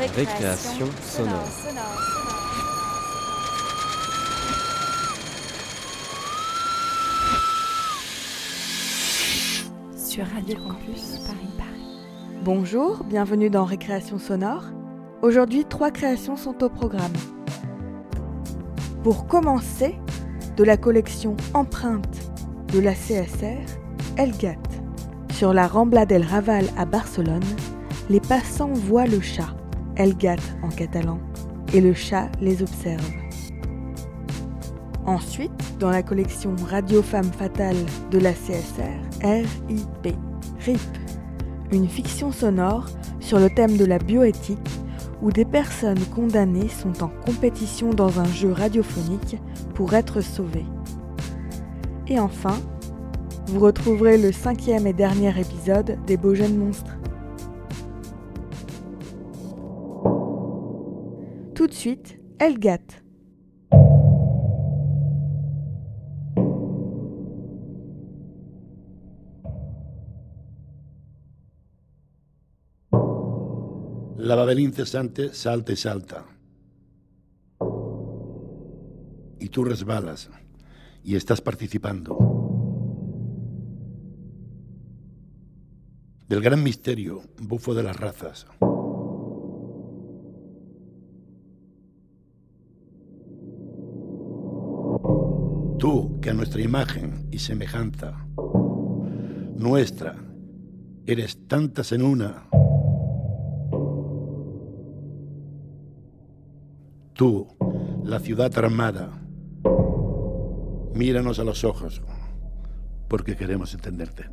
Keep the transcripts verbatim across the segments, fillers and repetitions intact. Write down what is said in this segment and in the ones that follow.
Récréation sonore. Sur Radio Campus Paris, Paris. Bonjour, bienvenue dans Récréation sonore. Aujourd'hui, trois créations sont au programme. Pour commencer, de la collection Empreintes de la C S R, El Gat. Sur la Rambla del Raval à Barcelone, les passants voient le chat, El Gat en catalan, et le chat les observe. Ensuite, dans la collection Radio Femme Fatale de la C S R, R I P, R I P, une fiction sonore sur le thème de la bioéthique où des personnes condamnées sont en compétition dans un jeu radiophonique pour être sauvées. Et enfin, vous retrouverez le cinquième et dernier épisode des Beaux Jeunes Monstres. Tout de suite, El Gat. La Babel incesante salta y salta. Y tú resbalas y estás participando del gran misterio bufo de las razas. Tú, que a nuestra imagen y semejanza, nuestra, eres tantas en una. Tú, la ciudad armada, míranos a los ojos, porque queremos entenderte.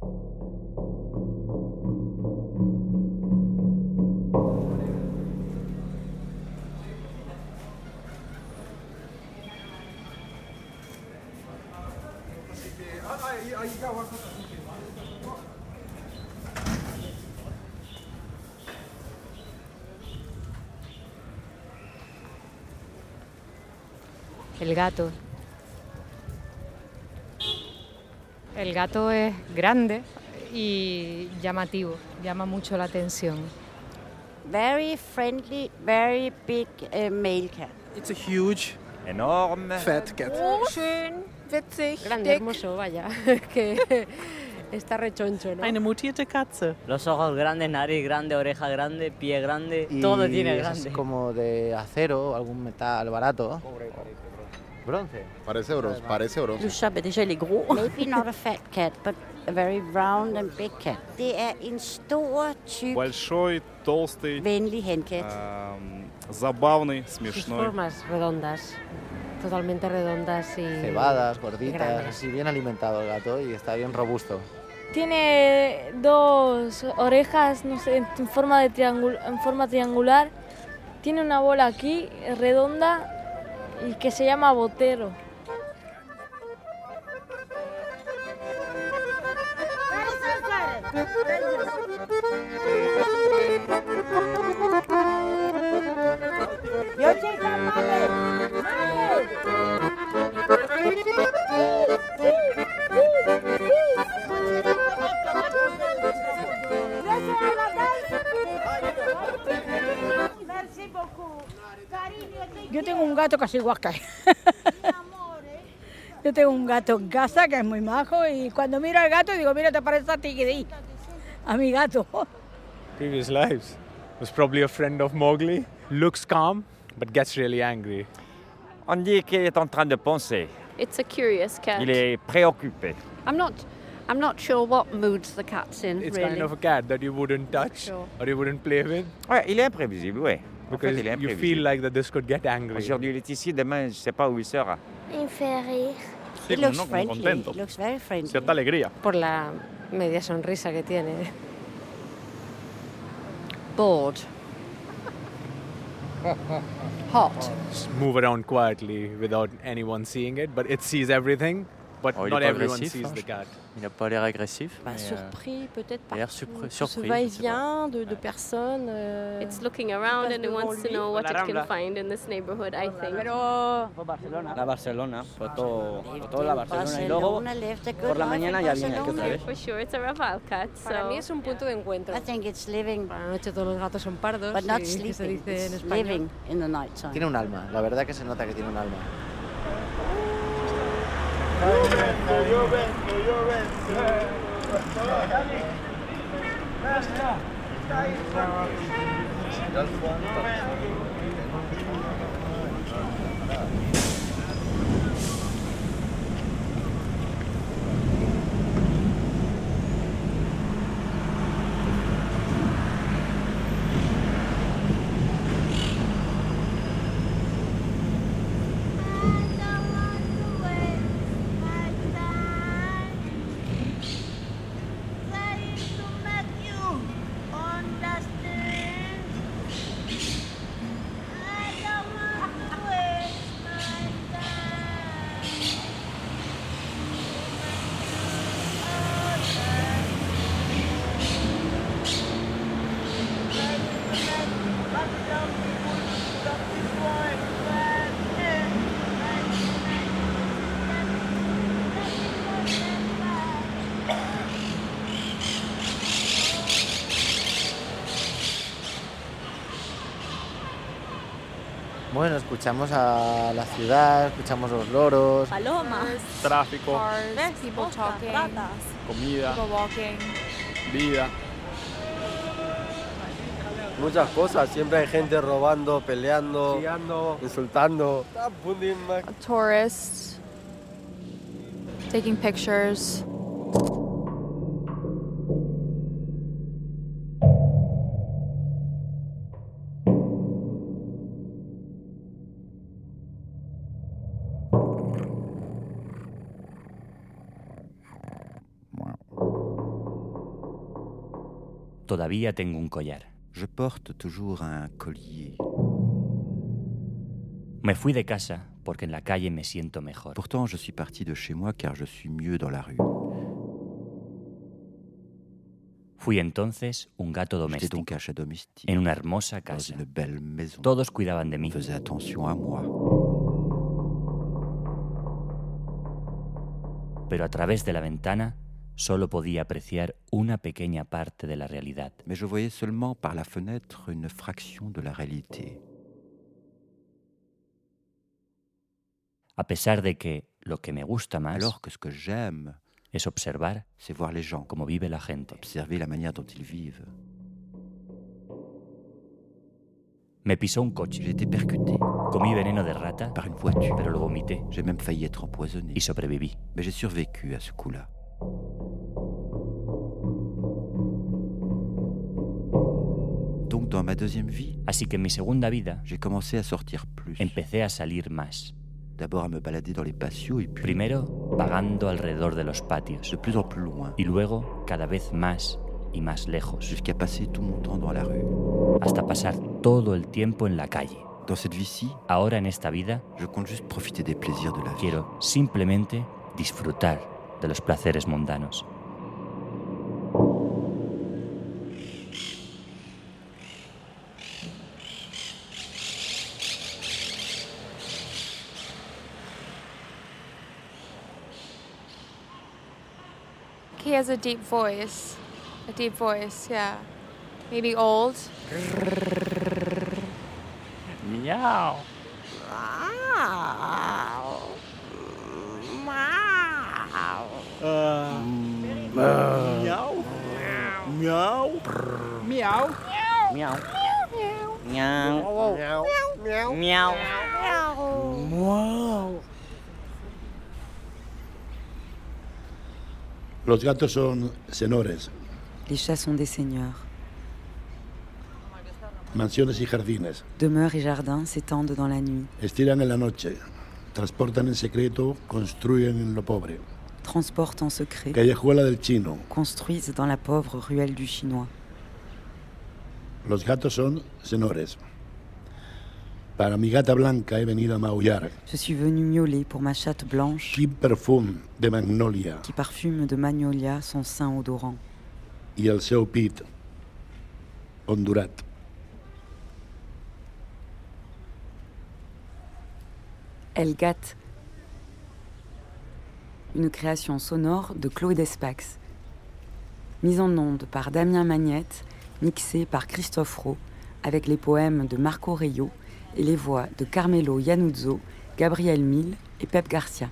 El gato. El gato es grande y llamativo, llama mucho la atención. Very friendly, very big uh, male cat. It's a huge, enorme, fat cat. Oh, schön, witzig, Grande, dick. hermoso, vaya, que está rechoncho, ¿no? Eine mutierte Katze. Los ojos grandes, nariz grande, oreja grande, pie grande, y todo tiene grande. Es como de acero, algún metal barato. Bronce. Parece bronce, parece bronce. Le chat, déjà il est gros. Maybe not a fat cat, but a very round and big cat. Det er en stor, tyk, большой, толстый, venlig henkat. э, забавный, Sus смешной. formas redondas, totalmente redondas y Cebadas, gorditas, grandes. así bien alimentado el gato y está bien robusto. Tiene dos orejas, no sé, en forma, de triangul- en forma triangular. Tiene una bola aquí, redonda, y que se llama botero. Yo tengo un gato casi huasca. Yo tengo un gato en casa que es muy majo y cuando miro al gato digo, mira, te parece a ti, a mi gato. Previous lives. Was probably a friend of Mowgli. Looks calm, but gets really angry. On dit qu'il est en train de penser. It's a curious cat. Il est préoccupé. I'm not I'm not sure what moods the cat's in, It's really. kind of a cat that you wouldn't touch Sure. or you wouldn't play with. Ouais, il est imprévisible, ouais. En Because fait, il est you imprévisible. feel like that this could get angry. Aujourd'hui, il est ici, demain, je ne sais pas où il sera. Il me fait rire. Sí, It como looks no, como friendly, contento. it looks very friendly. Cierta alegría. por la media sonrisa que tiene. Bored. Hot. Just move around quietly without anyone seeing it, but it sees everything but Oh, il not est pas everyone agressif, sees hein, the je- cat. Il n'a pas l'air agressif. Bah, mais, euh, surpris peut-être il a par l'air tout- surpris- tout ce surpris, je sais va-et-vient de, de personnes. euh, It's looking around and it wants to know what it can find in this neighborhood, I think. La Barcelona, foto, foto la Barcelona y luego por la mañana ya viene aquí otra vez. For sure, it's a Raval cat. Para so- mí es un punto de encuentro. I think it's living, Para la noche todos los gatos son pardos, but not y- que se sleeping. dice en It's español. living in the night time. Tiene un alma, la verdad que se nota que tiene un alma. Bueno, escuchamos a la ciudad, escuchamos los loros. Palomas. Tráfico, Cars, people talking, comida, people walking. vida. Muchas cosas, siempre hay gente robando, peleando, insultando. Tourists taking pictures. Todavía tengo un collar. Je porte toujours un collier. Me fui de casa porque en la calle me siento mejor. Pourtant, je suis parti de chez moi car je suis mieux dans la rue. Fui entonces un gato J'étais doméstico donc un chat domestique en una hermosa dans casa. une belle maison. Todos cuidaban de mí. On faisait attention à moi. Pero a través de la ventana solo podía apreciar una pequeña parte de la realidad. Mais je voyais seulement par la fenêtre une fraction de la réalité. A pesar de que lo que me gusta más Alors que ce que j'aime, es observar c'est voir les gens, cómo vive la gente. observer la manière dont ils vivent. Me pisó un coche. J'ai été percuté Comí veneno de rata, par une voiture. pero lo vomité J'ai même failli être empoisonné. y sobreviví. Mais j'ai survécu à ce coup-là. Donc dans ma deuxième vie, Así que en mi segunda vida j'ai commencé à sortir plus. empecé a salir más. D'abord à me balader dans les patios et puis Primero vagando alrededor de los patios de plus en plus loin, y luego cada vez más y más lejos, jusqu'à passer tout mon temps dans la rue. hasta pasar todo el tiempo en la calle. Dans cette vie-ci, Ahora en esta vida je compte juste profiter des plaisirs de la vie. quiero simplemente disfrutar de los placeres mundanos. He has a deep voice. A deep voice, yeah. Maybe old. Meow. Miau. Miau. Miau. Miau. Miau. Miau. Miau. Los gatos son senores, Les chats sont des seigneurs. mansiones y jardines. Demeures et jardins s'étendent dans la nuit, Estiran en la noche, transportan en secreto, construyen en lo pobre. transportent en secret, Callejuela del Chino. construisent dans la pauvre ruelle du Chinois. Los gatos son senores. Para mi gata blanca he venido a maullar. Je suis venu miauler pour ma chatte blanche. Qui perfume de magnolia. Qui parfume de magnolia son sein odorant. I el seu pit ondurat. Elle gâte. Une création sonore de Chloé Despax. Mise en onde par Damien Magnette, mixée par Christophe Rowe, avec les poèmes de Marco Reyo et les voix de Carmelo Iannuzzo, Gabriel Mille et Pep Garcia.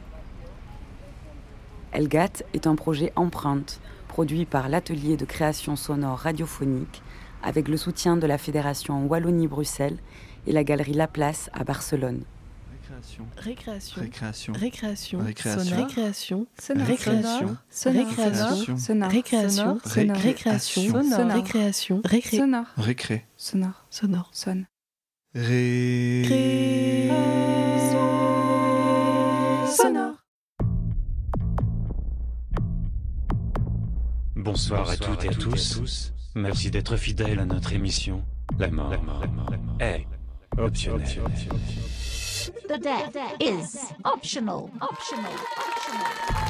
Elgat est un projet empreinte produit par l'atelier de création sonore radiophonique avec le soutien de la Fédération Wallonie-Bruxelles et la galerie Laplace à Barcelone. Récréation. Récréation. Récréation. Récréation. Récréation. Sonore. Récréation. Récréation. Sonore. Récréation. Sonore. Récréation. Sonore. Récréation. Récré. Sonore. Récré. Sonore. Sonore. Sonne. Ré. Sonore. Bonsoir à toutes et à tous. Merci d'être fidèles à notre émission. La mort est optionnelle. The death is optional. Optional. Optional.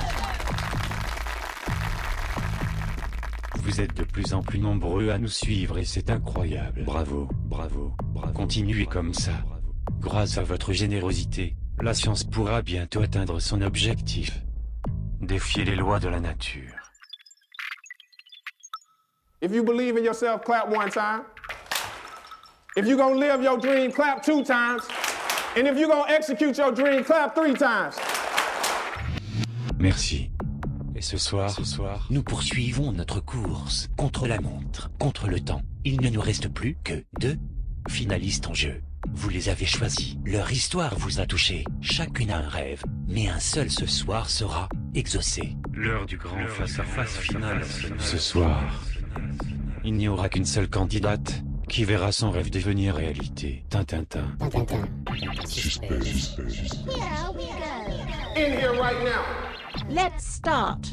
Vous êtes de plus en plus nombreux à nous suivre et c'est incroyable. Bravo, bravo, bravo. Continuez comme ça. Grâce à votre générosité, la science pourra bientôt atteindre son objectif. Défier les lois de la nature. If you believe in yourself, clap one time. If you're gonna live your dream, clap two times. And if you're gonna execute your dream, clap three times. Merci. Et ce soir, ce soir, nous poursuivons notre course contre la montre, contre le temps. Il ne nous reste plus que deux finalistes en jeu. Vous les avez choisis. Leur histoire vous a touché. Chacune a un rêve, mais un seul ce soir sera exaucé. L'heure du grand face-à-face final. Ce soir, il n'y aura qu'une seule candidate qui verra son rêve devenir réalité. Tintintin. Suspense. Here we go. In here right now. Let's start.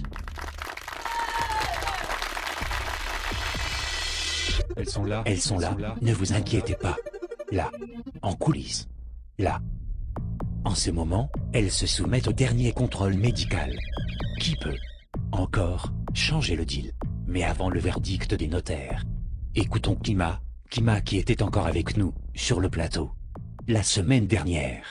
Elles sont là. Elles sont là. Ne vous inquiétez pas. Là, en coulisses. Là. En ce moment, elles se soumettent au dernier contrôle médical. Qui peut encore changer le deal? Mais avant le verdict des notaires, écoutons Kima, Kima qui était encore avec nous sur le plateau la semaine dernière.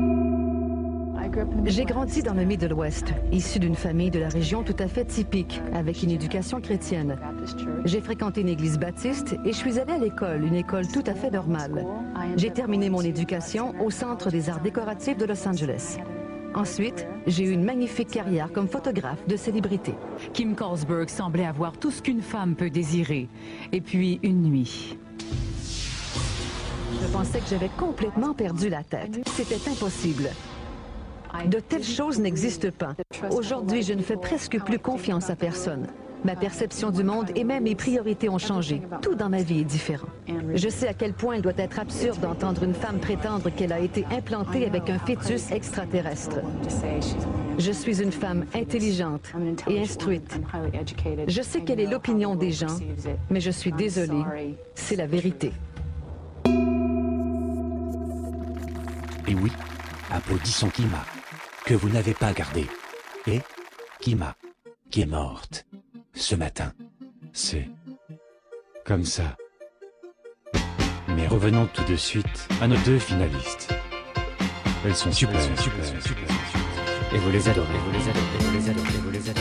J'ai grandi dans le Middle West, issu d'une famille de la région tout à fait typique, avec une éducation chrétienne. J'ai fréquenté une église baptiste et je suis allée à l'école, une école tout à fait normale. J'ai terminé mon éducation au Centre des arts décoratifs de Los Angeles. Ensuite, j'ai eu une magnifique carrière comme photographe de célébrité. Kim Korsberg semblait avoir tout ce qu'une femme peut désirer. Et puis, une nuit. Je pensais que j'avais complètement perdu la tête. C'était impossible. De telles choses n'existent pas. Aujourd'hui, je ne fais presque plus confiance à personne. Ma perception du monde et même mes priorités ont changé. Tout dans ma vie est différent. Je sais à quel point il doit être absurde d'entendre une femme prétendre qu'elle a été implantée avec un fœtus extraterrestre. Je suis une femme intelligente et instruite. Je sais quelle est l'opinion des gens, mais je suis désolée. C'est la vérité. Et oui, applaudissons Kima, que vous n'avez pas gardé. Et Kima, qui est morte ce matin. C'est comme ça. Mais revenons tout de suite à nos deux finalistes. Elles sont super, super, super, super, super. Et vous les adorez, vous les adorez, vous les adorez, vous les adorez.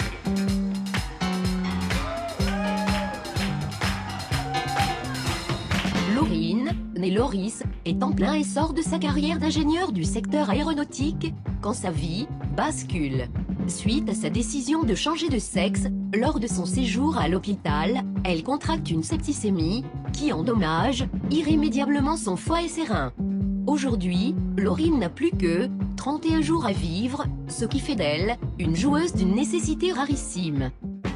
Laurine, née Loris, est en plein essor de sa carrière d'ingénieur du secteur aéronautique quand sa vie bascule. Suite à sa décision de changer de sexe, lors de son séjour à l'hôpital, elle contracte une septicémie qui endommage irrémédiablement son foie et ses reins. Aujourd'hui, Laurine n'a plus que trente et un jours à vivre, ce qui fait d'elle une joueuse d'une nécessité rarissime.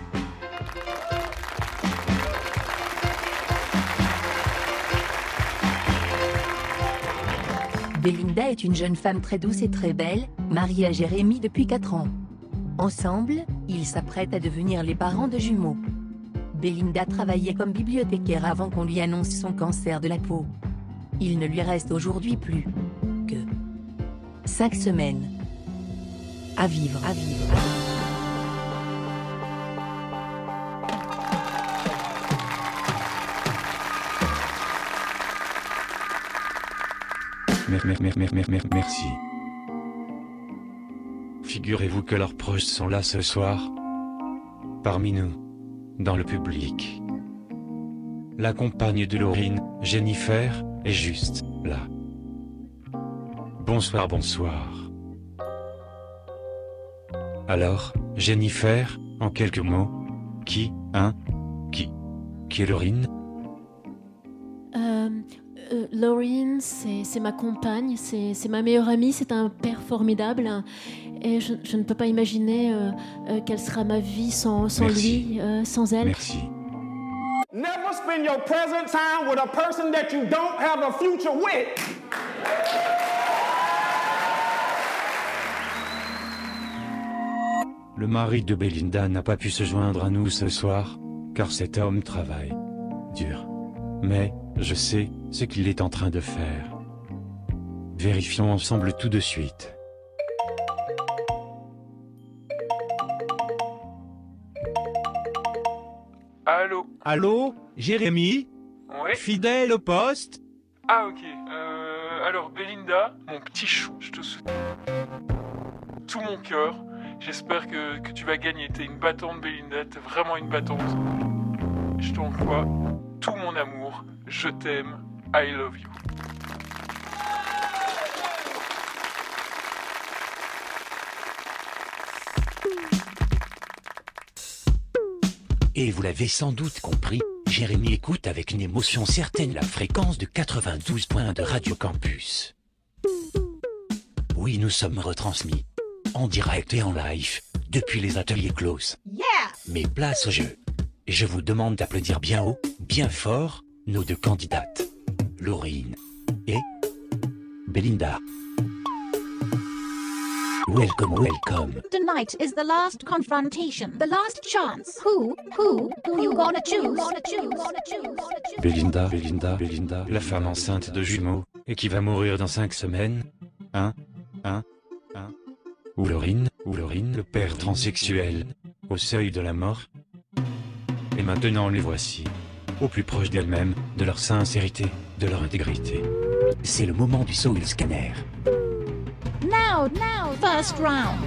Belinda est une jeune femme très douce et très belle, mariée à Jérémy depuis quatre ans. Ensemble, ils s'apprêtent à devenir les parents de jumeaux. Belinda travaillait comme bibliothécaire avant qu'on lui annonce son cancer de la peau. Il ne lui reste aujourd'hui plus que cinq semaines à vivre. À vivre. Mer, mer, mer, mer, mer, mer, merci. Figurez-vous que leurs proches sont là ce soir, parmi nous, dans le public. La compagne de Laurine, Jennifer, est juste là. Bonsoir, bonsoir. Alors, Jennifer, en quelques mots, qui, hein, qui, qui est Laurine? Euh, euh, Laurine, c'est, c'est ma compagne, c'est, c'est ma meilleure amie, c'est un père formidable. Hein, et je, je ne peux pas imaginer euh, euh, quelle sera ma vie sans, sans lui, euh, sans elle. Merci. Never spend your present time with a person that you don't have a future with. Le mari de Belinda n'a pas pu se joindre à nous ce soir, car cet homme travaille dur. Mais, je sais ce qu'il est en train de faire. Vérifions ensemble tout de suite. Allô? Allô? Jérémy? Ouais? Fidèle au poste? Ah ok. Euh, alors Belinda, mon petit chou, je te souhaite tout mon cœur. J'espère que, que tu vas gagner. T'es une battante, Belinda, t'es vraiment une battante. Je t'envoie tout mon amour. Je t'aime. I love you. Et vous l'avez sans doute compris, Jérémy écoute avec une émotion certaine la fréquence de quatre-vingt-douze point un de Radio Campus. Oui, nous sommes retransmis, en direct et en live, depuis les ateliers close. Yeah! Mais place au jeu. Et je vous demande d'applaudir bien haut, bien fort, nos deux candidates, Laurine et Belinda. Welcome, welcome. Tonight is the last confrontation, the last chance. Who, who, who you gonna choose? Gonna choose? Gonna choose? Gonna choose? Belinda, Belinda, Belinda, la femme enceinte de jumeaux, et qui va mourir dans cinq semaines. Hein? Hein? Hein? Ou Laurine, ou Laurine, le père transsexuel, au seuil de la mort. Et maintenant les voici, au plus proche d'elles-mêmes, de leur sincérité, de leur intégrité. C'est le moment du Soul Scanner. Now, now, first round.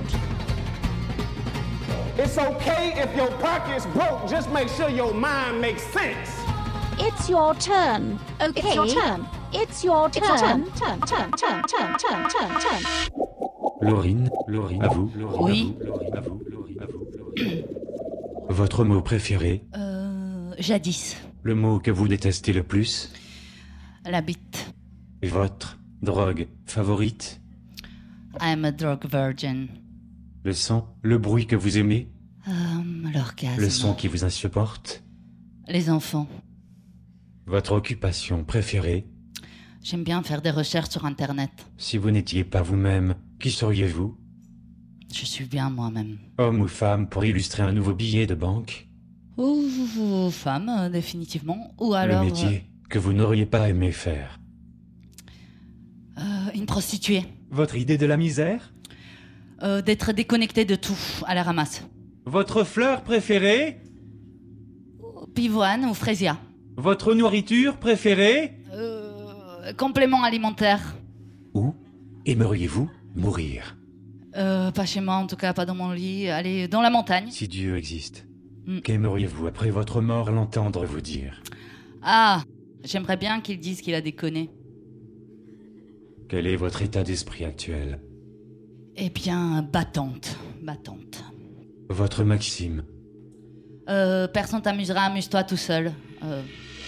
It's okay if your pocket's broke, just make sure your mind makes sense. It's your turn. Okay. It's your turn. It's your turn. It's turn. Turn, turn, turn, turn, turn, turn, turn. Laurine, Laurine, à vous, Laurine, Oui. à vous, Laurine, à vous, Laurine, à vous, Laurine. Votre mot préféré? Euh, jadis. Le mot que vous détestez le plus? La bite. Et votre drogue favorite? I'm a drug virgin. Le son, le bruit que vous aimez? Euh, l'orgasme. Le son qui vous insupporte? Les enfants. Votre occupation préférée? J'aime bien faire des recherches sur Internet. Si vous n'étiez pas vous-même, qui seriez-vous? Je suis bien moi-même. Homme ou femme pour illustrer un nouveau billet de banque? Ou, ou femme, euh, définitivement. Ou alors... Le métier que vous n'auriez pas aimé faire? Euh, une prostituée. Votre idée de la misère? Euh, d'être déconnecté de tout, à la ramasse. Votre fleur préférée? Pivoine ou fraisia. Votre nourriture préférée? Euh, complément alimentaire. Où aimeriez-vous mourir? Euh, pas chez moi, en tout cas, pas dans mon lit. Allez, dans la montagne. Si Dieu existe, Mm. qu'aimeriez-vous après votre mort l'entendre vous dire? Ah, j'aimerais bien qu'il dise qu'il a déconné. Quel est votre état d'esprit actuel? Eh bien, battante, battante. Votre maxime? Euh, personne t'amusera, amuse-toi tout seul. Euh...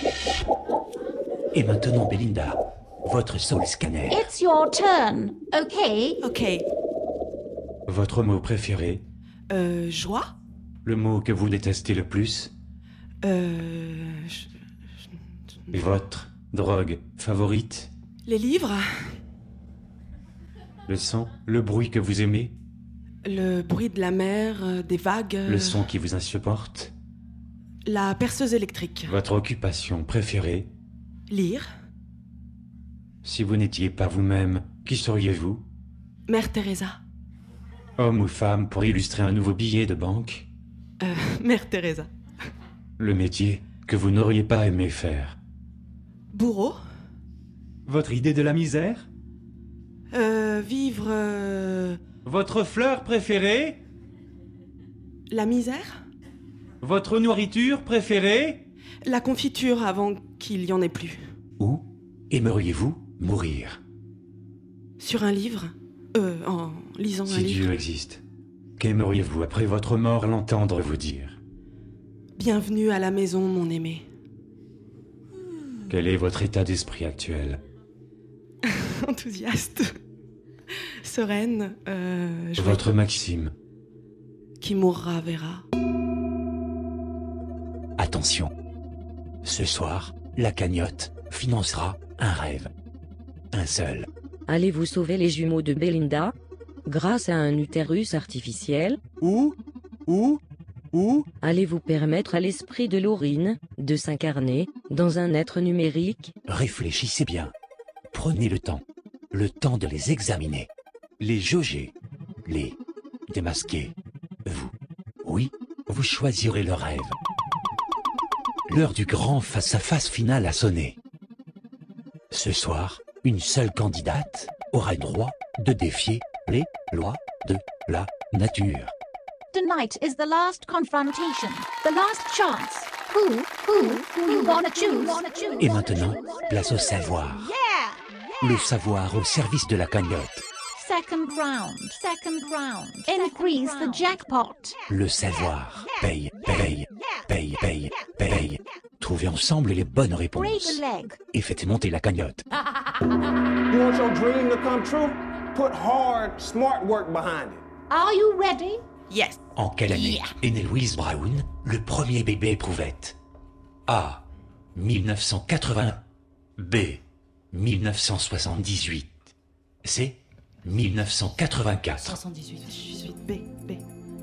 Et maintenant, Belinda, votre soul scanner. It's your turn. Okay. Ok. Votre mot préféré? Euh, joie? Le mot que vous détestez le plus? Euh... je- Et votre drogue favorite? Les livres? Le son, le bruit que vous aimez? Le bruit de la mer, euh, des vagues... euh, Le son qui vous insupporte? La perceuse électrique. Votre occupation préférée? Lire? Si vous n'étiez pas vous-même, qui seriez-vous? Mère Teresa. Homme ou femme pour illustrer un nouveau billet de banque? Euh, Mère Teresa. Le métier que vous n'auriez pas aimé faire? Bourreau. Votre idée de la misère? Euh, vivre... euh, Votre fleur préférée? La misère. Votre nourriture préférée? La confiture avant qu'il y en ait plus. Où aimeriez-vous mourir? Sur un livre. Euh, en lisant Si un livre. Dieu existe, qu'aimeriez-vous après votre mort l'entendre vous dire? Bienvenue à la maison, mon aimé. Quel est votre état d'esprit actuel? Enthousiaste. Sereine. Euh, joyeuse. Votre maxime? Qui mourra verra. Attention. Ce soir, la cagnotte financera un rêve. Un seul. Allez-vous sauver les jumeaux de Belinda grâce à un utérus artificiel? Ou, ou, ou allez-vous permettre à l'esprit de Laurine de s'incarner dans un être numérique? Réfléchissez bien. Prenez le temps. Le temps de les examiner. Les jauger. Les démasquer. Vous. Oui, vous choisirez le rêve. L'heure du grand face-à-face final a sonné. Ce soir, une seule candidate aura le droit de défier les lois de la nature. Tonight is the last confrontation, the last chance. Who, who, who you gonna choose? Et maintenant, place au savoir. Yeah! Le savoir au service de la cagnotte. Second round, second round. Increase the jackpot. Le savoir paye, paye, paye, paye, paye. Trouvez ensemble les bonnes réponses. Break a leg. Et faites monter la cagnotte. You want your dream to come true? Put hard, smart work behind it. Are you ready? Yes. En quelle année est né Louise Brown, le premier bébé éprouvette? A. mille neuf cent quatre-vingt-un. B. mille neuf cent soixante-dix-huit. C. mille neuf cent quatre-vingt-quatre. soixante-dix-huit. B, B,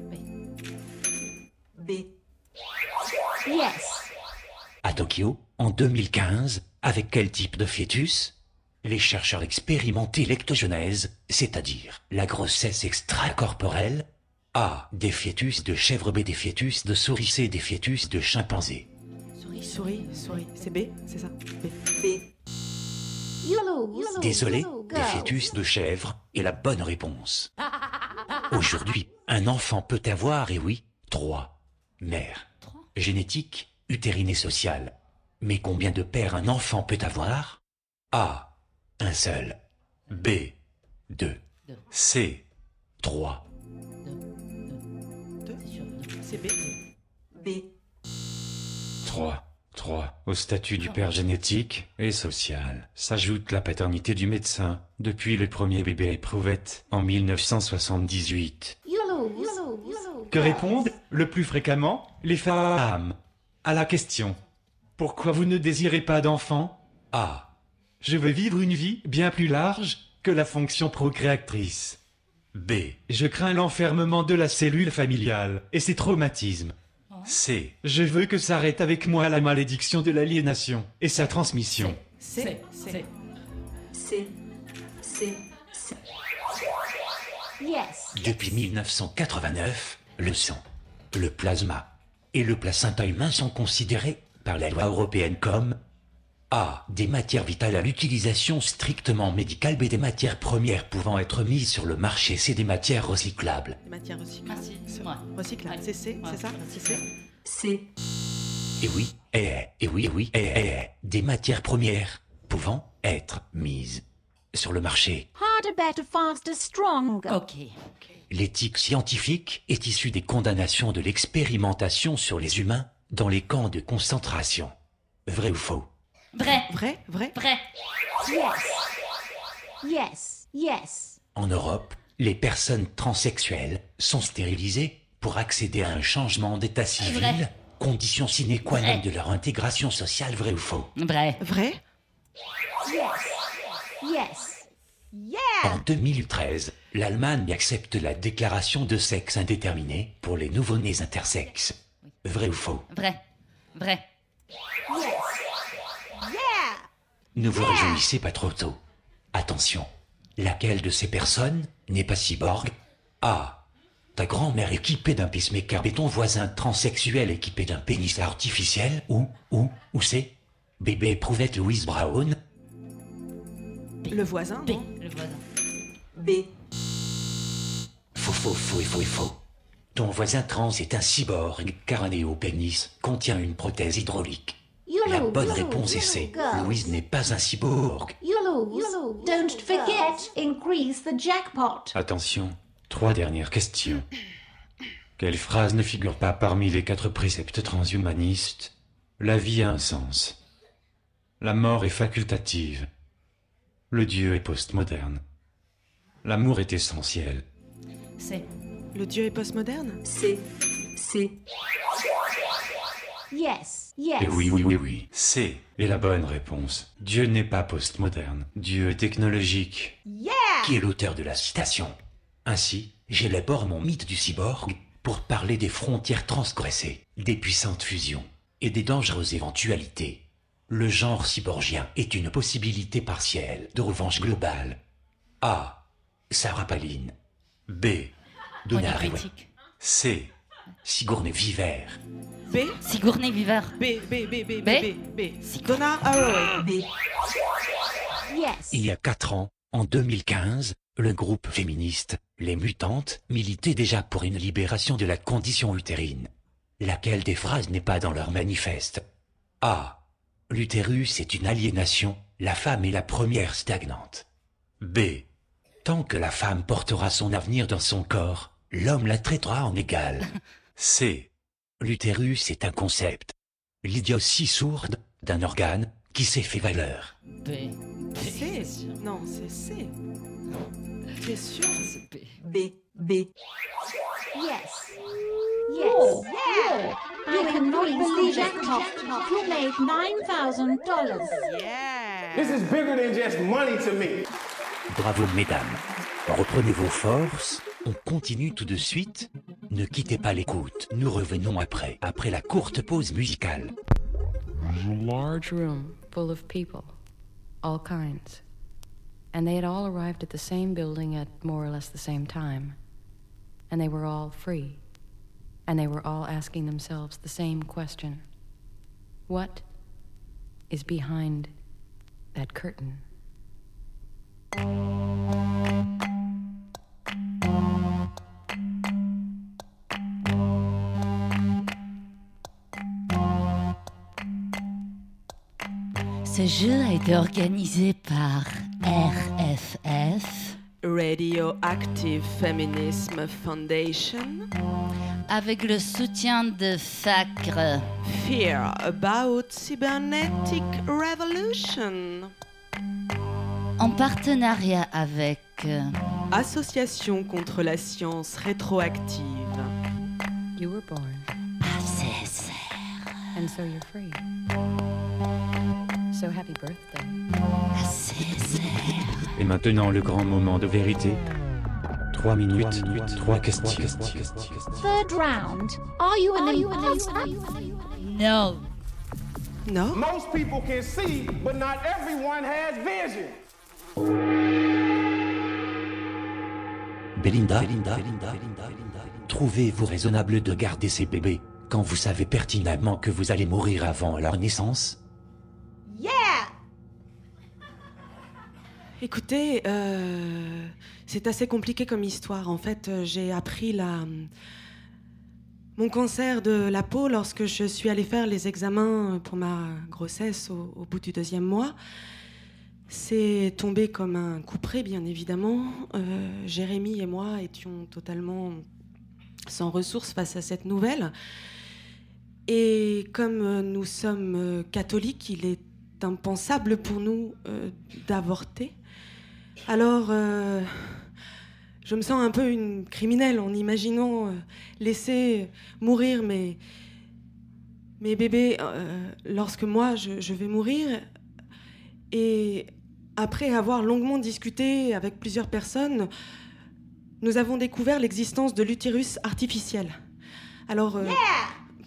B. B. Yes. À Tokyo, en deux mille quinze, avec quel type de fœtus? Les chercheurs expérimentés l'ectogenèse, c'est-à-dire la grossesse extracorporelle. A. Des fœtus de chèvre. B. Des fœtus de souris. C. Des fœtus de chimpanzé. Souris, souris, souris. C'est B, c'est ça. B. B. You lose. Désolé, You des go. fœtus de chèvre est la bonne réponse. Aujourd'hui, un enfant peut avoir, et oui, trois mères. Génétique, utérine et sociale. Mais combien de pères un enfant peut avoir? A. Un seul. B. Deux. C. Trois. C'est B. B. Trois. Trois. Au statut du père génétique et social s'ajoute la paternité du médecin depuis le premier bébé éprouvette en mille neuf cent soixante-dix-huit. You lose. You lose. You lose. Que répondent le plus fréquemment les femmes à la question « Pourquoi vous ne désirez pas d'enfant ?» A. Je veux vivre une vie bien plus large que la fonction procréatrice. B. Je crains l'enfermement de la cellule familiale et ses traumatismes. C. Je veux que s'arrête avec moi la malédiction de l'aliénation et sa transmission. C. C. C. C. C. Yes. Depuis mille neuf cent quatre-vingt-neuf, le sang, le plasma et le placenta humain sont considérés par la loi européenne comme A. Des matières vitales à l'utilisation strictement médicale. B. Des matières premières pouvant être mises sur le marché. C. Des matières recyclables. Des matières recyclables. Merci. Recyclables. C'est C, c'est ça? C'est C. C. Et oui, et, et oui, et oui, et, et, et, des matières premières pouvant être mises sur le marché. Harder, better, faster, stronger. Ok. L'éthique scientifique est issue des condamnations de l'expérimentation sur les humains dans les camps de concentration. Vrai ou faux? Vrai. Vrai, vrai. Vrai. Yes. Yes. Yes. En Europe, les personnes transsexuelles sont stérilisées pour accéder à un changement d'état civil, Vrai. condition sine qua non Vrai. de leur intégration sociale. Vrai ou faux? Vrai. Vrai. Yes. Yes. Yeah. En deux mille treize, l'Allemagne accepte la déclaration de sexe indéterminé pour les nouveau-nés intersexes. Vrai ou faux? Vrai. Vrai. Yes. Yeah. Ne vous réjouissez pas trop tôt. Attention, laquelle de ces personnes n'est pas cyborg? A. Ta grand-mère équipée d'un pacemaker et ton voisin transsexuel équipé d'un pénis artificiel? Ou, ou, ou C. Bébé éprouvette Louise Brown? Le voisin, B. non Le voisin. B. Faux, faux, faux et faux et faux. Ton voisin trans est un cyborg car un néopénis contient une prothèse hydraulique. YOLO, La bonne YOLO, réponse est YOLO, C. girls. Louise n'est pas un cyborg. YOLO, YOLO, don't forget, increase the jackpot. Attention, trois dernières questions. Quelle phrase ne figure pas parmi les quatre préceptes transhumanistes? La vie a un sens. La mort est facultative. Le Dieu est postmoderne. L'amour est essentiel. C. Le Dieu est postmoderne? C. C. Yes, yes. Et oui, oui, oui, oui, c'est est la bonne réponse. Dieu n'est pas postmoderne. Dieu est technologique. Yeah! Qui est l'auteur de la citation? Ainsi, j'élabore mon mythe du cyborg pour parler des frontières transgressées, des puissantes fusions et des dangereuses éventualités. Le genre cyborgien est une possibilité partielle de revanche globale. A. Sarah Palin. B. Donna Haraway. C. Sigourney Weaver. B. Sigourney Weaver. B, B, B, B, B, B. B, B. Donna Haraway. B. Yes. Il y a quatre ans, en deux mille quinze, le groupe féministe Les Mutantes militait déjà pour une libération de la condition utérine. Laquelle des phrases n'est pas dans leur manifeste? A. L'utérus est une aliénation, la femme est la première stagnante. B. Tant que la femme portera son avenir dans son corps, l'homme la traitera en égal. C. L'utérus est un concept, l'idiotie sourde d'un organe qui s'est fait valeur. B. C. Non, c'est C. T'es sûr? B. B. B. Yes. Yes. Yeah. You increase the jackpot. You made nine thousand dollars. Yeah! This is bigger than just money to me. Bravo mesdames. Reprenez vos forces, on continue tout de suite. Ne quittez pas l'écoute, nous revenons après, après la courte pause musicale. A large room full of people, all kinds. And they had all arrived at the same building at more or less the same time. And they were all free. And they were all asking themselves the same question. What is behind that curtain? Ce jeu a été organisé par R F F, Radioactive Feminism Foundation, avec le soutien de F A C R, Fear About Cybernetic Revolution, en partenariat avec Association contre la science rétroactive. You were born. A C S R. And so you're free. So happy birthday. A C S R. Et maintenant le grand moment de vérité. Trois minutes, trois questions. Third round. Are you an imposter? No. No? Most people can see, but not everyone has vision. Belinda, Belinda, Belinda, trouvez-vous raisonnable de garder ces bébés quand vous savez pertinemment que vous allez mourir avant leur naissance? Yeah! Écoutez, euh, c'est assez compliqué comme histoire. En fait, euh, j'ai appris la, mon cancer de la peau lorsque je suis allée faire les examens pour ma grossesse au, au bout du deuxième mois. C'est tombé comme un couperet, bien évidemment. Euh, Jérémy et moi étions totalement sans ressources face à cette nouvelle. Et comme nous sommes catholiques, il est impensable pour nous euh, d'avorter. Alors, euh, je me sens un peu une criminelle en imaginant euh, laisser mourir mes, mes bébés euh, lorsque moi, je, je vais mourir. Et après avoir longuement discuté avec plusieurs personnes, nous avons découvert l'existence de l'utérus artificiel. Alors, euh, Yeah!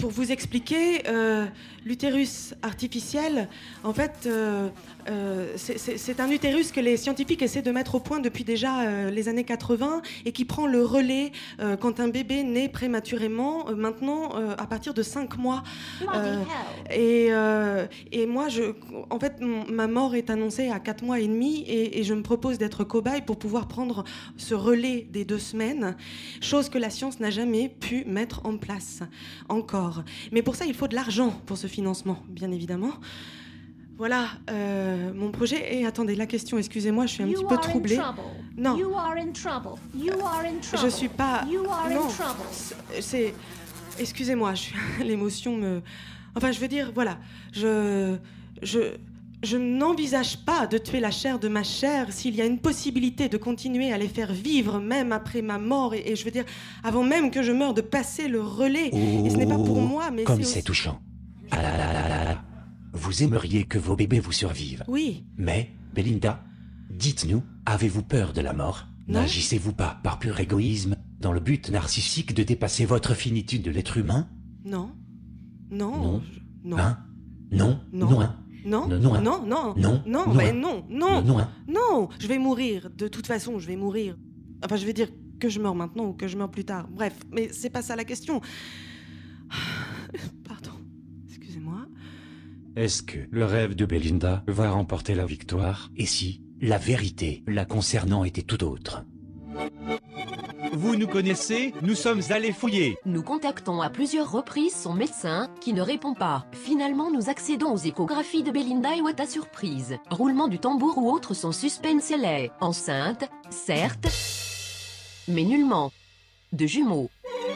pour vous expliquer, euh, l'utérus artificiel, en fait, euh, euh, c'est, c'est, c'est un utérus que les scientifiques essaient de mettre au point depuis déjà euh, les années quatre-vingts et qui prend le relais euh, quand un bébé naît prématurément, euh, maintenant euh, à partir de cinq mois. Euh, et, euh, et moi, je, en fait, mon, ma mort est annoncée à quatre mois et demi et, et je me propose d'être cobaye pour pouvoir prendre ce relais des deux semaines, chose que la science n'a jamais pu mettre en place encore. Mais pour ça, il faut de l'argent pour ce financement, bien évidemment. Voilà, euh, mon projet. Et attendez, la question, excusez-moi, je suis un You petit peu are in troublée. trouble. Non. You are in trouble. You are in trouble. Je suis pas. You are non. in trouble. C'est- C'est. Excusez-moi, je suis. L'émotion me. Enfin, je veux dire, voilà, je. Je. Je n'envisage pas de tuer la chair de ma chair s'il y a une possibilité de continuer à les faire vivre même après ma mort et, et je veux dire avant même que je meure de passer le relais. Et ce n'est pas pour moi, mais Comme c'est c'est aussi... touchant. Ah là là là là là. Vous aimeriez que vos bébés vous survivent. Oui. Mais, Belinda, dites-nous, avez-vous peur de la mort? Non. N'agissez-vous pas par pur égoïsme, dans le but narcissique de dépasser votre finitude de l'être humain? Non. Non. Non. je- Non. Hein? Non. Non. Non. hein? Non, Non, non, non, non, hein. non, Non, non, non, mais hein. non, non, Non, hein. non, je vais mourir. De toute façon, je vais mourir. Enfin, je vais dire que je meurs maintenant ou que je meurs plus tard. Bref, mais c'est pas ça la question. Pardon, excusez-moi. Est-ce que le rêve de Belinda va remporter la victoire? Et si la vérité la concernant était tout autre? Vous nous connaissez, nous sommes allés fouiller. Nous contactons à plusieurs reprises son médecin, qui ne répond pas. Finalement, nous accédons aux échographies de Belinda et à ta surprise. Roulement du tambour ou autre, son suspense elle est enceinte, certes, mais nullement de jumeaux.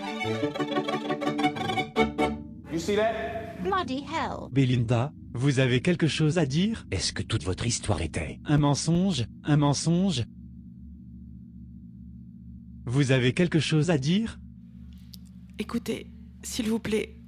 You see that? Bloody hell. Belinda, vous avez quelque chose à dire? Est-ce que toute votre histoire était Un mensonge? Un mensonge? Vous avez quelque chose à dire? Écoutez, s'il vous plaît,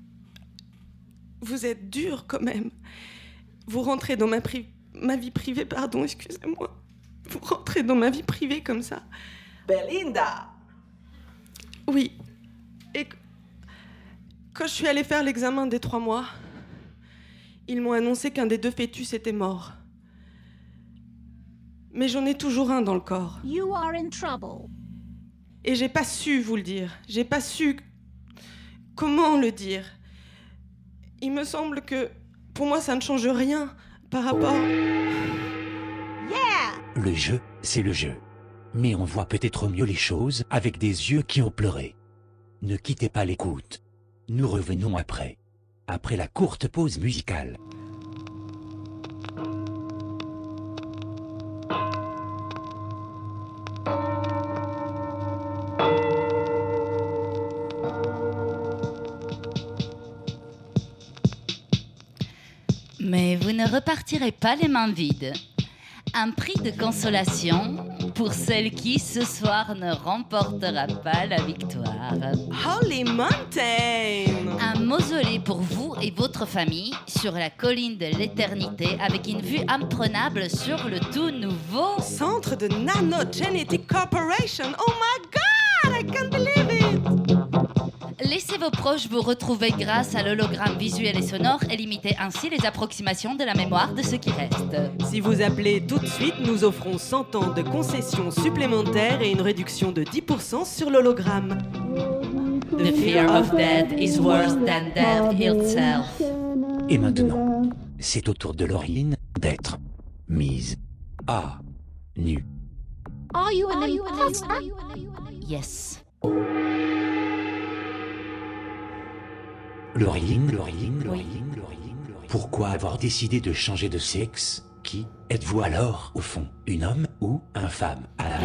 vous êtes dur quand même. Vous rentrez dans ma, pri- ma vie privée, pardon, excusez-moi. Vous rentrez dans ma vie privée comme ça. Belinda! Oui. Et qu- quand je suis allée faire l'examen des trois mois, ils m'ont annoncé qu'un des deux fœtus était mort. Mais j'en ai toujours un dans le corps. You are in trouble. Et j'ai pas su vous le dire. J'ai pas su comment le dire. Il me semble que pour moi ça ne change rien par rapport. Le jeu, c'est le jeu. Mais on voit peut-être mieux les choses avec des yeux qui ont pleuré. Ne quittez pas l'écoute. Nous revenons après. Après la courte pause musicale. Mais vous ne repartirez pas les mains vides. Un prix de consolation pour celle qui, ce soir, ne remportera pas la victoire. Holy Mountain! Un mausolée pour vous et votre famille sur la colline de l'éternité avec une vue imprenable sur le tout nouveau Centre de Nanogenetic Corporation. Oh my God, I can't believe it! Laissez vos proches vous retrouver grâce à l'hologramme visuel et sonore et limitez ainsi les approximations de la mémoire de ce qui reste. Si vous appelez tout de suite, nous offrons cent ans de concessions supplémentaires et une réduction de dix pour cent sur l'hologramme. The fear of death is worse than death itself. Et maintenant, c'est au tour de Laurine d'être mise à nu. Are you an imposter? Yes. Laurine, Laurine, Laurine, Laurine, pourquoi avoir décidé de changer de sexe? Qui êtes-vous alors, au fond? Une homme ou un femme?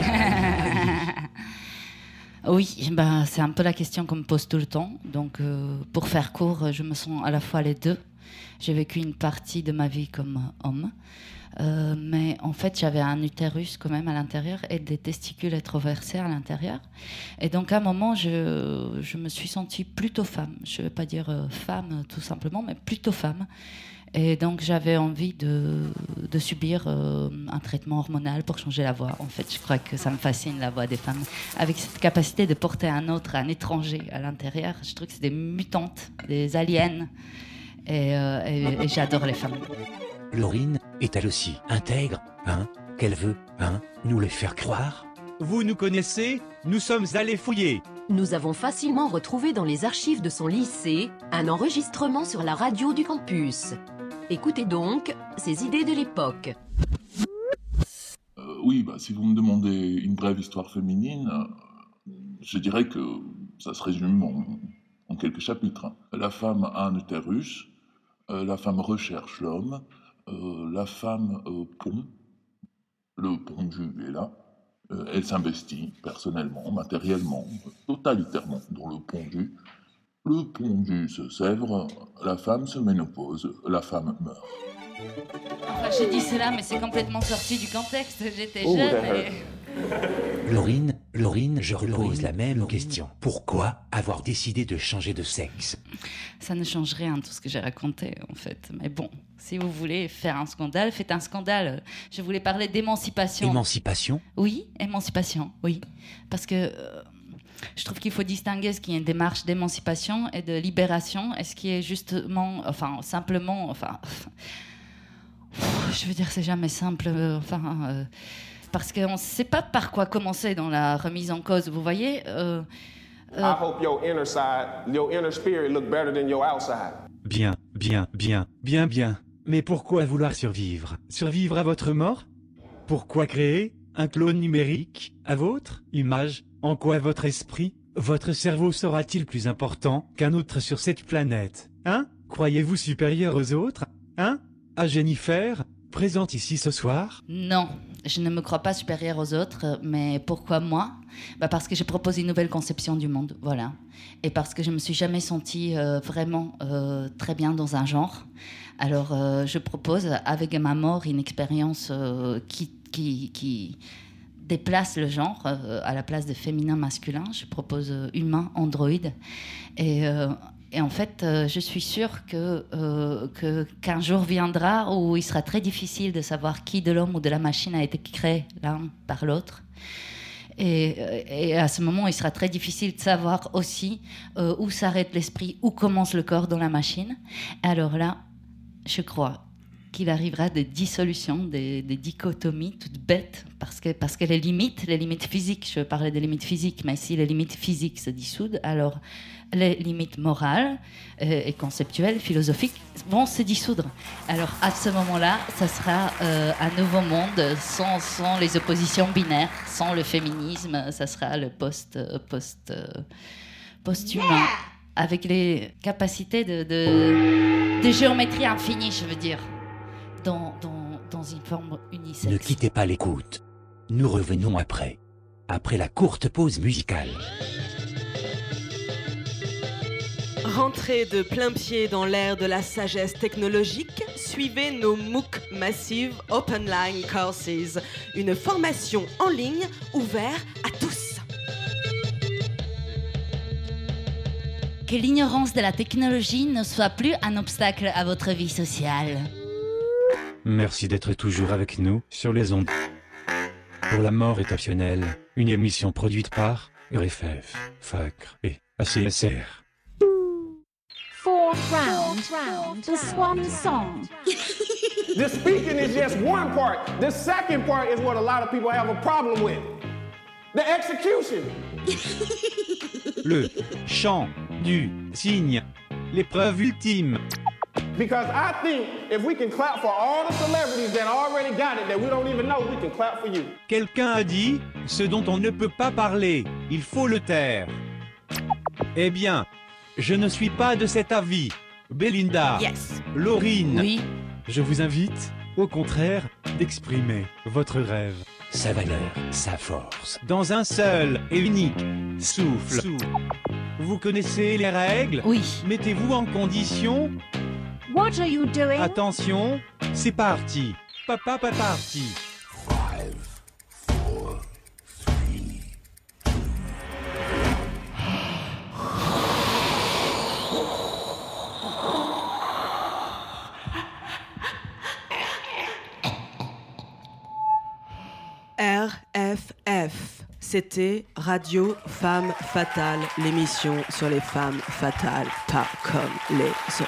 Oui, ben, c'est un peu la question qu'on me pose tout le temps. Donc, euh, pour faire court, je me sens à la fois les deux. J'ai vécu une partie de ma vie comme homme. Euh, mais en fait, j'avais un utérus quand même à l'intérieur et des testicules rétroversés à l'intérieur. Et donc, à un moment, je, je me suis sentie plutôt femme. Je ne vais pas dire euh, femme tout simplement, mais plutôt femme. Et donc j'avais envie de, de subir euh, un traitement hormonal pour changer la voix. En fait, je crois que ça me fascine, la voix des femmes. Avec cette capacité de porter un autre, un étranger à l'intérieur, je trouve que c'est des mutantes, des aliens. Et, euh, et, et j'adore les femmes. Laurine est elle aussi intègre, hein, qu'elle veut, hein, nous le faire croire. Vous nous connaissez, nous sommes allés fouiller. Nous avons facilement retrouvé dans les archives de son lycée un enregistrement sur la radio du campus. Écoutez donc ses idées de l'époque. Euh, oui, bah, si vous me demandez une brève histoire féminine, euh, je dirais que ça se résume en, en quelques chapitres. La femme a un utérus, euh, la femme recherche l'homme, euh, la femme euh, pond, le pondu est là. Euh, elle s'investit personnellement, matériellement, totalitairement dans le pondu. Le pondu se sèvre, la femme se ménopause, la femme meurt. Enfin, j'ai dit cela, mais c'est complètement sorti du contexte. J'étais oh, jeune et... Laurine, Laurine, je repose la même question. Pourquoi avoir décidé de changer de sexe? Ça ne change rien, tout ce que j'ai raconté, en fait. Mais bon, si vous voulez faire un scandale, faites un scandale. Je voulais parler d'émancipation. Émancipation? Oui, émancipation, oui. Parce que... Euh... Je trouve qu'il faut distinguer ce qui est une démarche d'émancipation et de libération, et ce qui est justement, enfin, simplement, enfin, je veux dire, c'est jamais simple, enfin, euh, parce qu'on ne sait pas par quoi commencer dans la remise en cause, vous voyez. Euh, euh... I hope your inner side, your inner spirit look better than your outside. Bien, bien, bien, bien, bien. Mais pourquoi vouloir survivre? Survivre à votre mort? Pourquoi créer un clone numérique à votre image? En quoi votre esprit, votre cerveau sera-t-il plus important qu'un autre sur cette planète? Hein? Croyez-vous supérieur aux autres? Hein? À Jennifer, présente ici ce soir? Non, je ne me crois pas supérieure aux autres, mais pourquoi moi? Bah parce que je propose une nouvelle conception du monde, voilà. Et parce que je me suis jamais sentie euh, vraiment euh, très bien dans un genre. Alors euh, je propose, avec ma mort, une expérience euh, qui... qui, qui déplace le genre euh, à la place de féminin-masculin. Je propose euh, humain, androïde. Et, euh, et en fait, euh, je suis sûre que, euh, que, qu'un jour viendra où il sera très difficile de savoir qui de l'homme ou de la machine a été créé l'un par l'autre. Et, et à ce moment, il sera très difficile de savoir aussi euh, où s'arrête l'esprit, où commence le corps dans la machine. Alors là, je crois qu'il arrivera des dissolutions, des, des dichotomies toutes bêtes, parce que, parce que les limites, les limites physiques, je parlais des limites physiques, mais si les limites physiques se dissoudent, alors les limites morales euh, et conceptuelles, philosophiques, vont se dissoudre. Alors à ce moment-là, ça sera euh, un nouveau monde sans, sans les oppositions binaires, sans le féminisme, ça sera le post, post, post-humain, yeah, avec les capacités de, de, de géométrie infinie, je veux dire. Dans, dans, dans une forme unisexe. Ne quittez pas l'écoute. Nous revenons après. Après la courte pause musicale. Rentrez de plein pied dans l'ère de la sagesse technologique, suivez nos MOOC Massive Open Line Courses, une formation en ligne ouverte à tous. Que l'ignorance de la technologie ne soit plus un obstacle à votre vie sociale. Merci d'être toujours avec nous sur les ondes. Pour la mort est optionnelle, une émission produite par R F F, F A C R et A C S R. Fourth round, round, the swan song. The speaking is just one part. The second part is what a lot of people have a problem with. The execution. Le chant du cygne, l'épreuve ultime. Because I think if we can clap for all the celebrities that already got it, that we don't even know, we can clap for you. Quelqu'un a dit, ce dont on ne peut pas parler, il faut le taire. Eh bien, je ne suis pas de cet avis. Belinda, yes. Laurine, oui. Je vous invite, au contraire, d'exprimer votre rêve. Sa valeur, sa force. Dans un seul et unique souffle. souffle. Vous connaissez les règles? Oui. Mettez-vous en condition. What are you doing? Attention, c'est parti. Papa, pas parti. Five, four, three, two. c'était Radio Femme Fatale, l'émission sur les femmes fatales, pas comme les autres.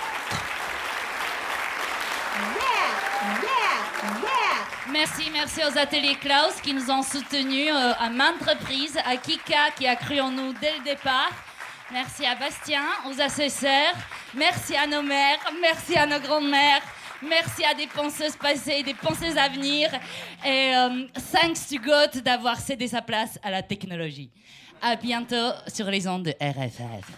Merci, merci aux ateliers Klaus qui nous ont soutenus euh, à maintes reprises, à Kika qui a cru en nous dès le départ. Merci à Bastien, aux assesseurs, merci à nos mères, merci à nos grandes-mères, merci à des penseuses passées, des penseuses à venir. Et euh, thanks to God d'avoir cédé sa place à la technologie. À bientôt sur les ondes de R F F.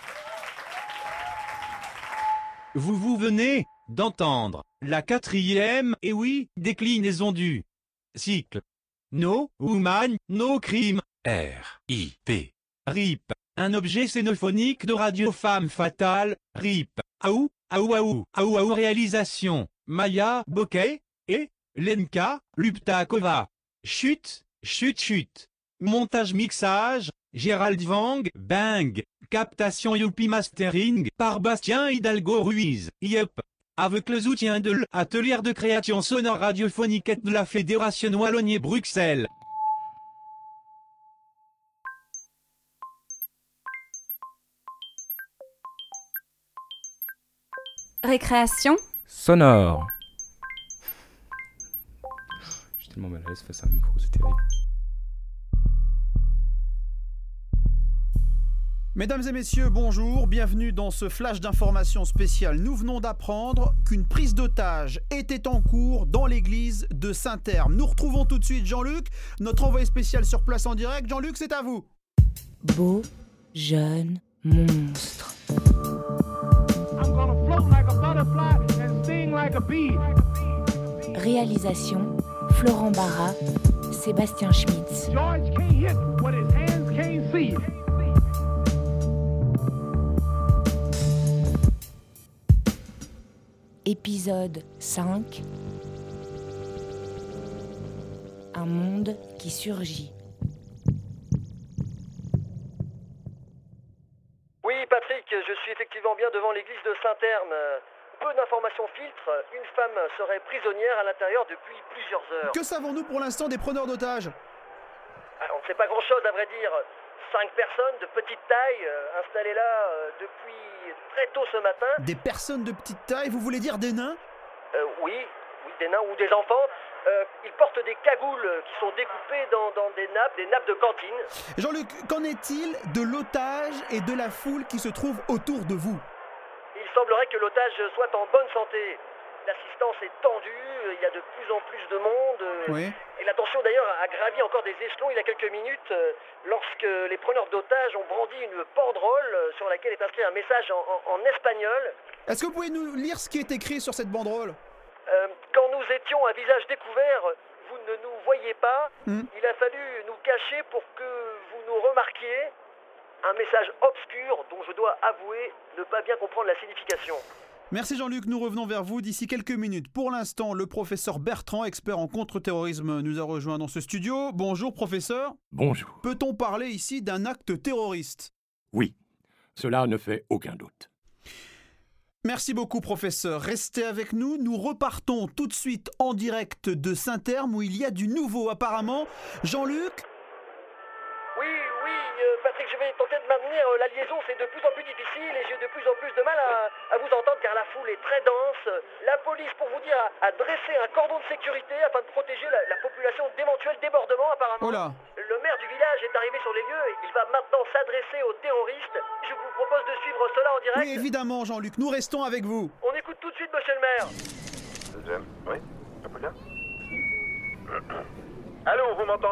Vous vous venez d'entendre la quatrième, et oui, déclinaison du cycle. No Woman, No Crime. R I P. R I P. Un objet scénophonique de Radio Femme Fatale. R I P. Aou, aou, aou, aou, aou. Réalisation. Maya Bokeh et Lenka Luptakova. Chute, chute, chute. Montage mixage. Gérald Wang, Bang. Captation Youpi Mastering par Bastien Hidalgo Ruiz. Yep. Avec le soutien de l'atelier de création sonore radiophonique de la Fédération Wallonie-Bruxelles. Récréation sonore. Je suis tellement mal à l'aise face à un micro, c'est terrible. Mesdames et messieurs, bonjour, bienvenue dans ce flash d'information spécial. Nous venons d'apprendre qu'une prise d'otage était en cours dans l'église de Saint-Herme. Nous retrouvons tout de suite Jean-Luc, notre envoyé spécial sur place en direct. Jean-Luc, c'est à vous. Beau, jeune, monstre. Réalisation, Florent Barra, Sébastien Schmitz. Épisode cinq. Un monde qui surgit. Oui, Patrick, je suis effectivement bien devant l'église de Saint-Herme. Peu d'informations filtrent. Une femme serait prisonnière à l'intérieur depuis plusieurs heures. Que savons-nous pour l'instant des preneurs d'otages ? Ah, on ne sait pas grand-chose, à vrai dire. Cinq personnes de petite taille euh, installées là euh, depuis très tôt ce matin. Des personnes de petite taille, vous voulez dire des nains ? euh, Oui, oui, des nains ou des enfants. Euh, ils portent des cagoules qui sont découpées dans, dans des nappes, des nappes de cantine. Jean-Luc, qu'en est-il de l'otage et de la foule qui se trouve autour de vous ? Il semblerait que l'otage soit en bonne santé. L'assistance est tendue, il y a de plus en plus de monde. Oui. Et la tension d'ailleurs a gravi encore des échelons il y a quelques minutes lorsque les preneurs d'otages ont brandi une banderole sur laquelle est inscrit un message en, en, en espagnol. Est-ce que vous pouvez nous lire ce qui est écrit sur cette banderole ? euh, Quand nous étions à visage découvert, vous ne nous voyiez pas. Hmm. Il a fallu nous cacher pour que vous nous remarquiez. Un message obscur dont je dois avouer ne pas bien comprendre la signification. Merci Jean-Luc, nous revenons vers vous d'ici quelques minutes. Pour l'instant, le professeur Bertrand, expert en contre-terrorisme, nous a rejoint dans ce studio. Bonjour professeur. Bonjour. Peut-on parler ici d'un acte terroriste ? Oui, cela ne fait aucun doute. Merci beaucoup professeur. Restez avec nous, nous repartons tout de suite en direct de Saint-Herme où il y a du nouveau apparemment. Jean-Luc ? Oui, oui, euh, Patrick, je vais tenter de maintenir euh, la liaison, c'est de plus en plus difficile et j'ai de plus en plus de mal à, à vous entendre car la foule est très dense. La police, pour vous dire, a, a dressé un cordon de sécurité afin de protéger la, la population d'éventuels débordements apparemment. Oh là. Le maire du village est arrivé sur les lieux et il va maintenant s'adresser aux terroristes. Je vous propose de suivre cela en direct. Oui, évidemment Jean-Luc, nous restons avec vous. On écoute tout de suite monsieur le maire. Deuxième, oui, un peu là. Allô, vous m'entendez ?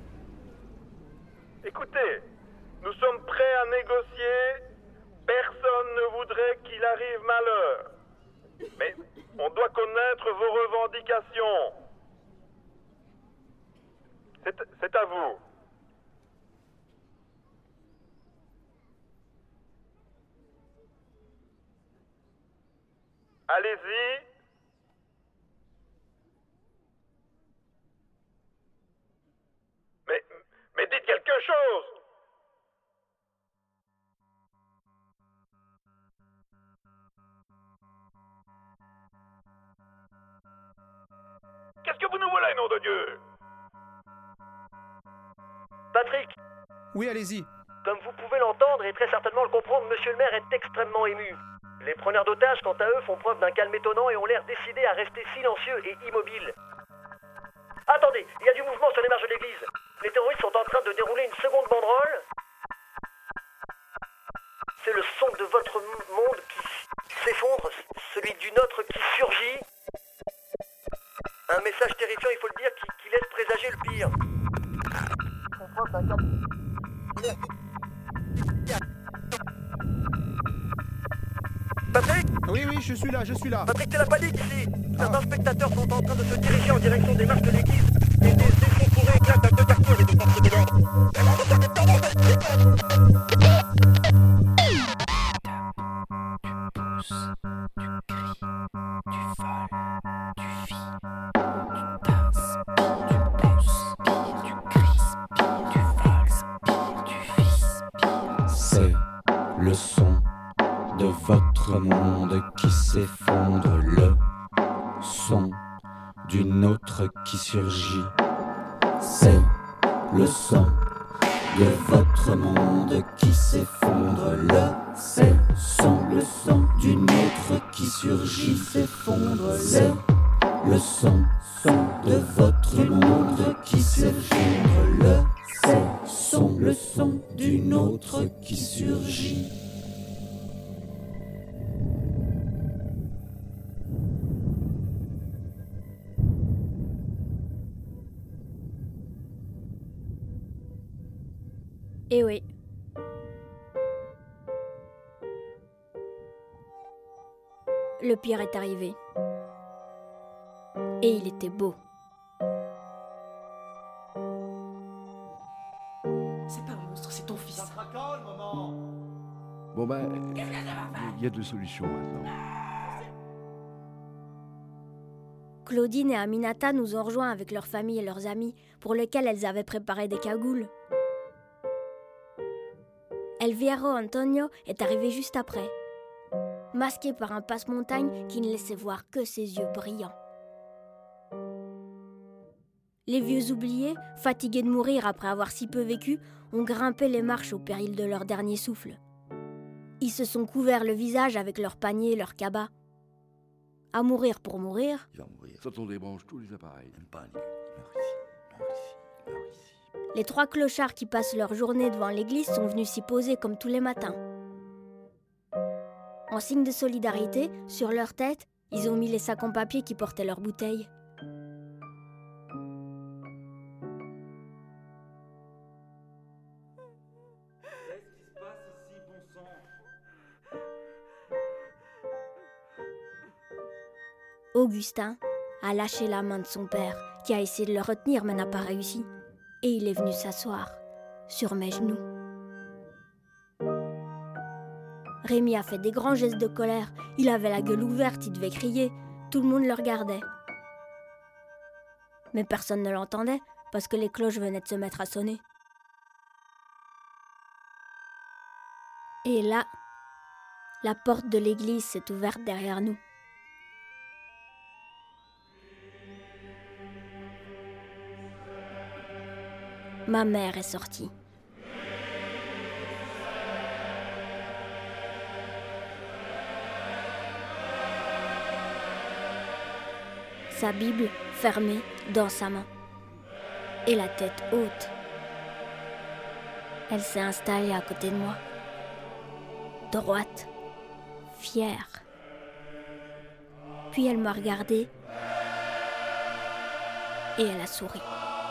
Écoutez, nous sommes prêts à négocier. Personne ne voudrait qu'il arrive malheur. Mais on doit connaître vos revendications. C'est, c'est à vous. Allez-y. Mais, mais dites quelque chose. Qu'est-ce que vous nous voulez, nom de Dieu? Patrick, Oui, allez-y. comme vous pouvez l'entendre et très certainement le comprendre, monsieur le maire est extrêmement ému. Les preneurs d'otages, quant à eux, font preuve d'un calme étonnant et ont l'air décidés à rester silencieux et immobiles. Attendez, il y a du mouvement sur les marges de l'église. Les terroristes sont en train de dérouler une seconde banderole. C'est le son de votre m- monde qui s'effondre, celui du nôtre qui surgit. Un message terrifiant, il faut le dire, qui, qui laisse présager le pire. Patrick ? Oui, oui, je suis là, je suis là. Patrick, c'est la panique ici. Certains spectateurs sont en train de se diriger en direction des marches de l'église et des échos fourrés éclatent à deux cartons et des forces de l'ordre. C'est le son de votre monde qui s'effondre, le son d'une autre qui surgit. C'est le son de votre monde qui s'effondre, le c'est son, le son d'une autre qui surgit, s'effondre, c'est le son, son de votre monde qui s'effondre, le c'est son, le son d'une autre qui surgit. Eh oui. Le pire est arrivé. Et il était beau. C'est pas un monstre, c'est ton fils. Bon ben, il y a deux solutions maintenant. Claudine et Aminata nous ont rejoints avec leurs familles et leurs amis, pour lesquels elles avaient préparé des cagoules. Elviero Antonio est arrivé juste après, masqué par un passe-montagne qui ne laissait voir que ses yeux brillants. Les vieux oubliés, fatigués de mourir après avoir si peu vécu, ont grimpé les marches au péril de leur dernier souffle. Ils se sont couverts le visage avec leurs paniers et leurs cabas. À mourir pour mourir. Il va mourir. Quand on débranche tous les appareils. Une panique. Les trois clochards qui passent leur journée devant l'église sont venus s'y poser comme tous les matins. En signe de solidarité, sur leur tête, ils ont mis les sacs en papier qui portaient leurs bouteilles. Augustin a lâché la main de son père, qui a essayé de le retenir mais n'a pas réussi. Et il est venu s'asseoir sur mes genoux. Rémi a fait des grands gestes de colère. Il avait la gueule ouverte, il devait crier. Tout le monde le regardait. Mais personne ne l'entendait parce que les cloches venaient de se mettre à sonner. Et là, la porte de l'église s'est ouverte derrière nous. Ma mère est sortie. Sa Bible fermée dans sa main. Et la tête haute. Elle s'est installée à côté de moi. Droite. Fière. Puis elle m'a regardée. Et elle a souri.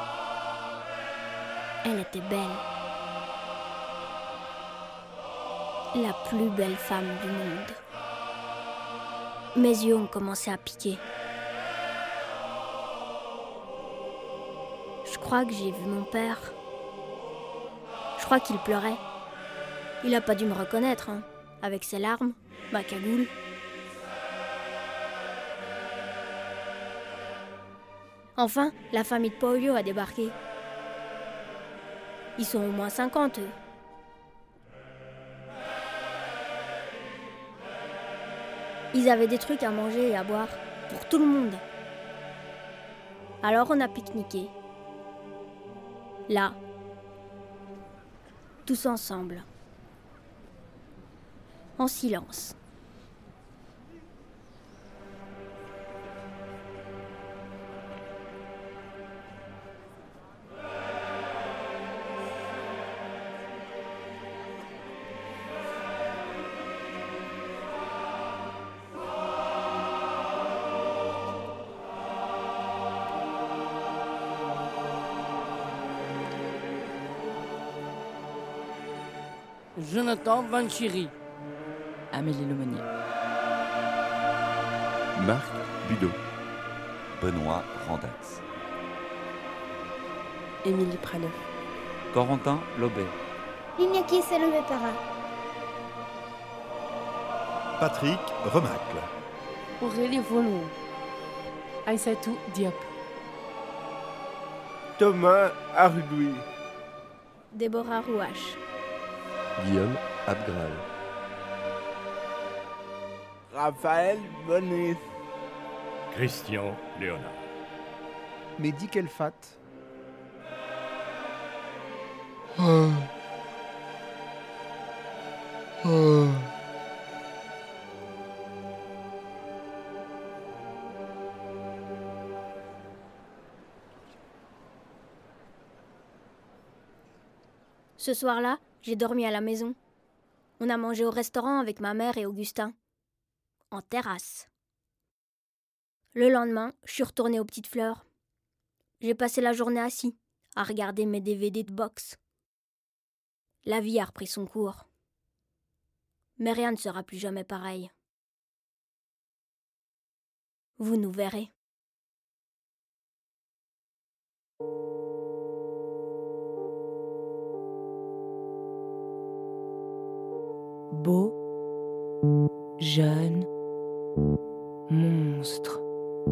Elle était belle. La plus belle femme du monde. Mes yeux ont commencé à piquer. Je crois que j'ai vu mon père. Je crois qu'il pleurait. Il n'a pas dû me reconnaître, hein, avec ses larmes, ma cagoule. Enfin, la famille de Paulio a débarqué. Ils sont au moins cinquante, eux. Ils avaient des trucs à manger et à boire, pour tout le monde. Alors on a pique-niqué. Là, tous ensemble, en silence. Jonathan Vanchiri. Amélie Lemonnier. Marc Budeau. Benoît Randax. Émilie Praneuf. Corentin Lobet. Iñaki Salomé-Para. Patrick Remacle. Aurélie Volon. Aïssatou Diop. Thomas Ardoui. Déborah Rouache. Guillaume Abgral. Raphaël Bonis. Christian Léonard. Mehdi Kelfat. Oh. Oh. Ce soir-là, j'ai dormi à la maison. On a mangé au restaurant avec ma mère et Augustin. En terrasse. Le lendemain, je suis retournée aux Petites Fleurs. J'ai passé la journée assis, à regarder mes D V D de boxe. La vie a repris son cours. Mais rien ne sera plus jamais pareil. Vous nous verrez. Beau, jeune, monstre.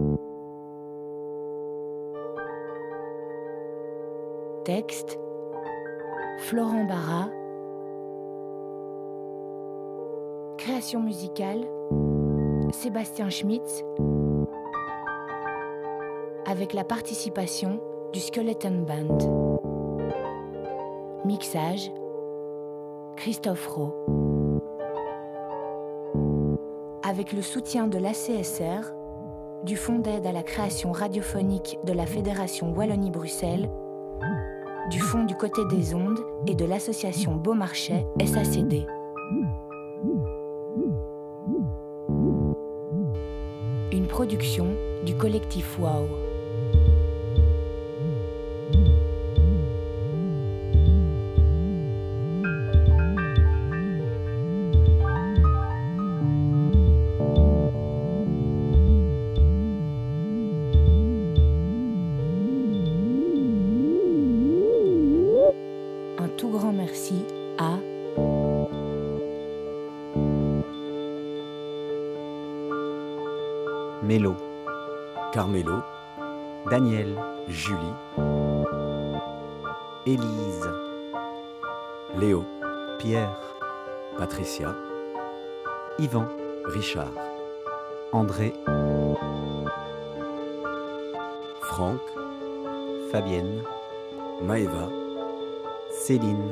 Texte, Florent Barra. Création musicale, Sébastien Schmitz. Avec la participation du Skeleton Band. Mixage, Christophe Rowe. Avec le soutien de l'A C S R, du Fonds d'aide à la création radiophonique de la Fédération Wallonie-Bruxelles, du Fonds du Côté des Ondes et de l'association Beaumarchais S A C D. Une production du collectif Wow. Mélo, Carmelo, Daniel, Julie, Élise, Léo, Pierre, Patricia, Yvan, Richard, André, Franck, Fabienne, Maëva, Céline,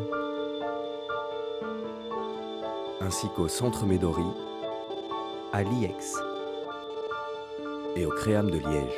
ainsi qu'au Centre Médori, à l'I E X et au Créam de Liège.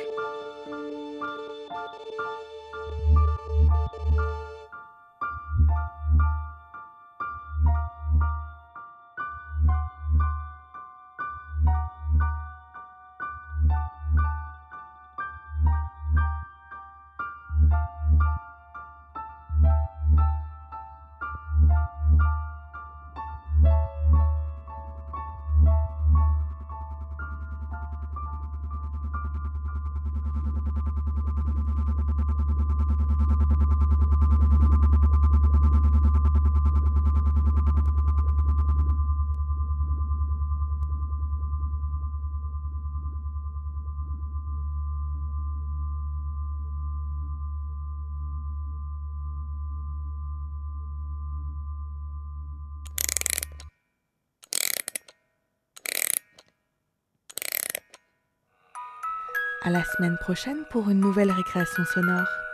À la semaine prochaine pour une nouvelle récréation sonore.